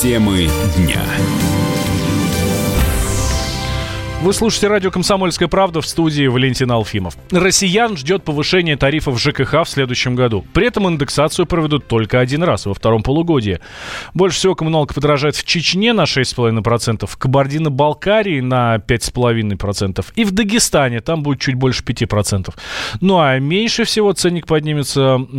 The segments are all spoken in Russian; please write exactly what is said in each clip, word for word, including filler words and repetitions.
Темы дня. Вы слушаете радио «Комсомольская правда», в студии Валентин Алфимов. Россиян ждет повышение тарифов ЖКХ в следующем году. При этом индексацию проведут только один раз, во втором полугодии. Больше всего коммуналка подорожает в Чечне на шесть целых пять десятых процента, в Кабардино-Балкарии на пять целых пять десятых процента и в Дагестане, там будет чуть больше пять процентов. Ну а меньше всего ценник поднимется э,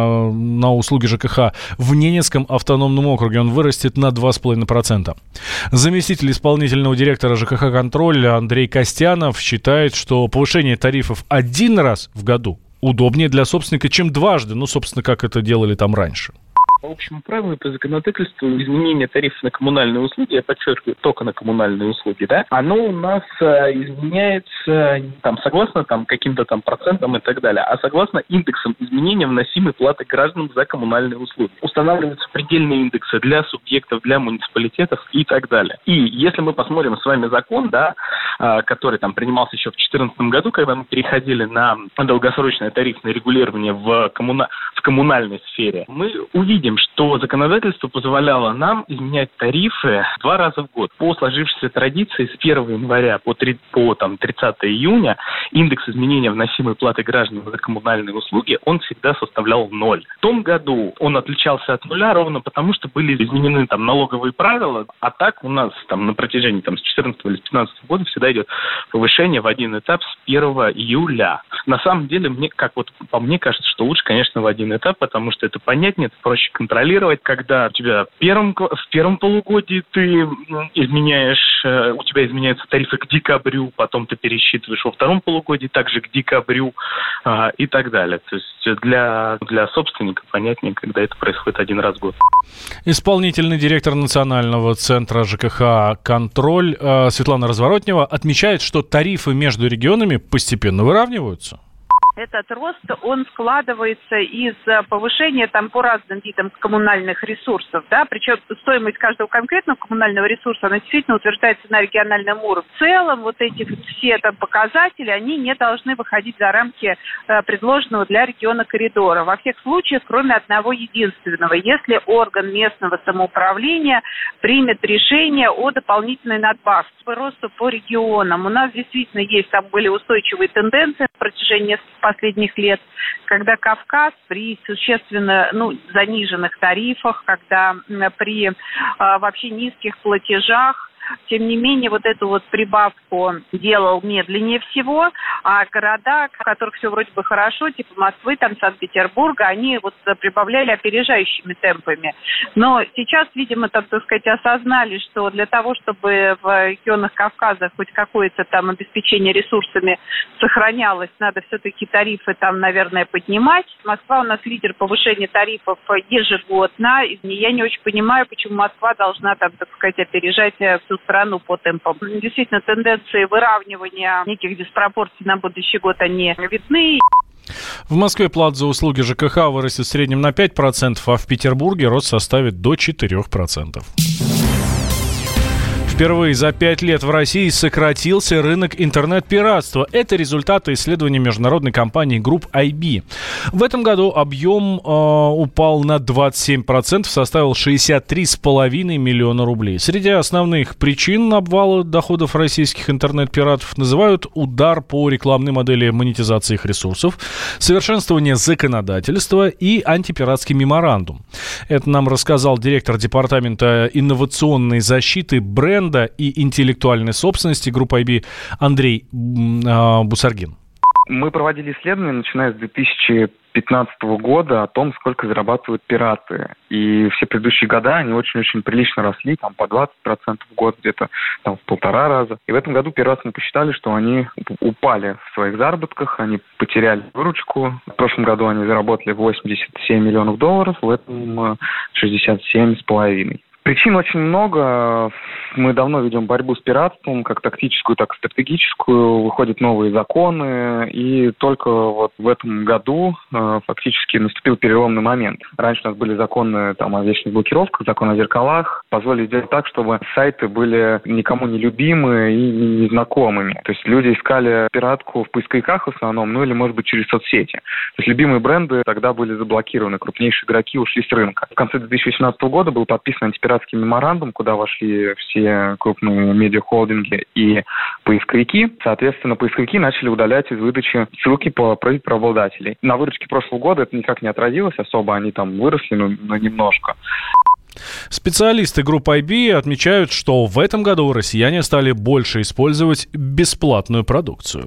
на услуги ЖКХ в Ненецком автономном округе. Он вырастет на два целых пять десятых процента. Заместитель исполнительного директора ЖКХ «Контроль» Андрей Костянов считает, что повышение тарифов один раз в году удобнее для собственника, чем дважды. Ну, собственно, как это делали там раньше. По общему правилу, по законодательству, изменение тарифов на коммунальные услуги, я подчеркиваю, только на коммунальные услуги, да, оно у нас э, изменяется там, согласно там, каким-то там процентам и так далее, а согласно индексам изменения вносимой платы гражданам за коммунальные услуги. Устанавливаются предельные индексы для субъектов, для муниципалитетов и так далее. И если мы посмотрим с вами закон, да, э, который там принимался еще в две тысячи четырнадцатом году, когда мы переходили на долгосрочное тарифное регулирование в, коммуна... в коммунальной сфере, мы увидим, что законодательство позволяло нам изменять тарифы два раза в год. По сложившейся традиции с первого января по, три, по там, тридцатого июня индекс изменения вносимой платы граждан за коммунальные услуги, он всегда составлял ноль. В том году он отличался от нуля ровно потому, что были изменены там налоговые правила, а так у нас там на протяжении там, с четырнадцатого или с пятнадцатого года всегда идет повышение в один этап с первого июля. На самом деле, мне, как вот по мне кажется, что лучше, конечно, в один этап, потому что это понятнее, это проще контролировать, когда у тебя в первом, в первом полугодии ты изменяешь, у тебя изменяются тарифы к декабрю, потом ты пересчитываешь во втором полугодии также к декабрю а, и так далее. То есть для, для собственника понятнее, когда это происходит один раз в год. Исполнительный директор Национального центра ЖКХ «Контроль» Светлана Разворотнева отмечает, что тарифы между регионами постепенно выравниваются. Этот рост, он складывается из повышения там по разным видам коммунальных ресурсов, да, причем стоимость каждого конкретного коммунального ресурса, она действительно утверждается на региональном уровне. В целом, вот эти все там показатели, они не должны выходить за рамки э, предложенного для региона коридора. Во всех случаях, кроме одного единственного, если орган местного самоуправления примет решение о дополнительной надбавке по росту по регионам. У нас действительно есть, там были устойчивые тенденции на протяжении последних лет, когда Кавказ при существенно ну, заниженных тарифах, когда при а, вообще низких платежах, тем не менее, вот эту вот прибавку делал медленнее всего, а города, в которых все вроде бы хорошо, типа Москвы, там, Санкт-Петербурга, они вот прибавляли опережающими темпами. Но сейчас, видимо, так, так сказать, осознали, что для того, чтобы в регионах Кавказа хоть какое-то там обеспечение ресурсами сохранялось, надо все-таки тарифы там, наверное, поднимать. Москва у нас лидер повышения тарифов ежегодно. И я не очень понимаю, почему Москва должна там, так сказать, опережать всю страну по темпам. Действительно, тенденции выравнивания неких диспропорций на будущий год, они видны. В Москве плата за услуги ЖКХ вырастет в среднем на пять процентов, а в Петербурге рост составит до четыре процента. Впервые за пять лет в России сократился рынок интернет-пиратства. Это результаты исследования международной компании Group ай би. В этом году объем э, упал на двадцать семь процентов, составил шестьдесят три целых пять десятых миллиона рублей. Среди основных причин обвала доходов российских интернет-пиратов называют удар по рекламной модели монетизации их ресурсов, совершенствование законодательства и антипиратский меморандум. Это нам рассказал директор департамента инновационной защиты бренда и интеллектуальной собственности Группы ай би Андрей Бусаргин. Мы проводили исследования, начиная с две тысячи пятнадцатого года, о том, сколько зарабатывают пираты. И все предыдущие года они очень-очень прилично росли, там по двадцать процентов в год, где-то там в полтора раза. И в этом году первый раз мы посчитали, что они упали в своих заработках, они потеряли выручку. В прошлом году они заработали восемьдесят семь миллионов долларов, в этом шестьдесят семь с половиной. Причин очень много. Мы давно ведем борьбу с пиратством, как тактическую, так и стратегическую. Выходят новые законы, и только вот в этом году э, фактически наступил переломный момент. Раньше у нас были законы там, о вечных блокировках, закон о зеркалах. Позволили сделать так, чтобы сайты были никому не любимы и незнакомыми. То есть люди искали пиратку в поисковиках в основном, ну или, может быть, через соцсети. То есть любимые бренды тогда были заблокированы, крупнейшие игроки ушли с рынка. В конце две тысячи восемнадцатого года был подписан антипиратский Калининградский меморандум, куда вошли все крупные медиахолдинги и поисковики. Соответственно, поисковики начали удалять из выдачи ссылки по правообладателей. На выручке прошлого года это никак не отразилось особо, они там выросли, но, но немножко. Специалисты группы ай би отмечают, что в этом году россияне стали больше использовать бесплатную продукцию.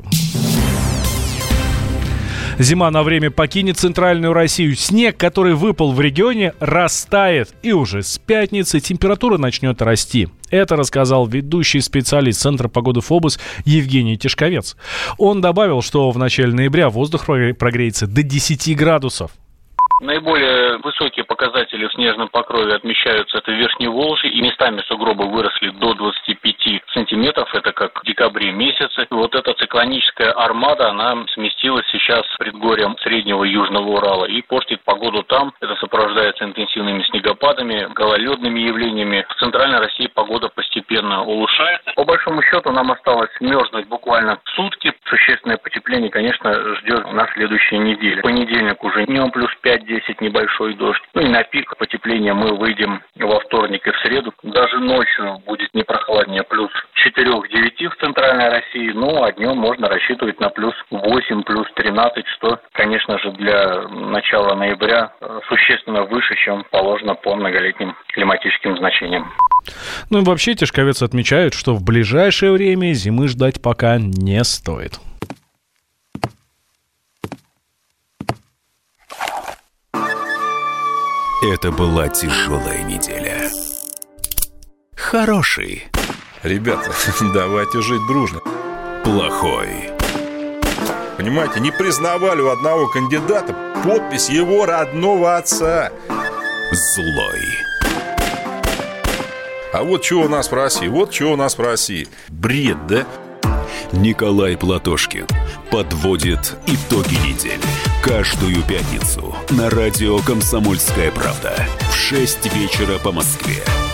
Зима на время покинет центральную Россию. Снег, который выпал в регионе, растает. И уже с пятницы температура начнет расти. Это рассказал ведущий специалист Центра погоды ФОБОС Евгений Тишковец. Он добавил, что в начале ноября воздух прогреется до десяти градусов. Наиболее высокие показатели в снежном покрове отмечаются это в Верхней Волжье, и местами сугробы выросли до двадцати пяти сантиметров, это как в декабре месяце. Вот эта циклоническая армада, она сместилась сейчас с предгорьем Среднего и Южного Урала и портит погоду там. Это сопровождается интенсивными снегопадами, гололедными явлениями. В Центральной России погода постепенно улучшается. По большому счету нам осталось мерзнуть буквально сутки. Существенное потепление, конечно, ждет на следующей неделе. В понедельник уже днем плюс пять-десять, небольшой дождь. Ну и на пик потепления мы выйдем во вторник и в среду. Даже ночью будет не прохладнее, плюс четыре-девять в Центральной России. Ну а днем можно рассчитывать на плюс восемь, плюс тринадцать, что, конечно же, для начала ноября существенно выше, чем положено по многолетним климатическим значениям. Ну и вообще Тишковец отмечает, что в ближайшее время зимы ждать пока не стоит. Это была тяжелая неделя. Хороший. Ребята, давайте жить дружно. Плохой. Понимаете, не признавали у одного кандидата подпись его родного отца. Злой. А вот что у нас в России, вот что у нас в России. Бред, да? Николай Платошкин подводит итоги недели. Каждую пятницу на радио «Комсомольская правда» в шесть вечера по Москве.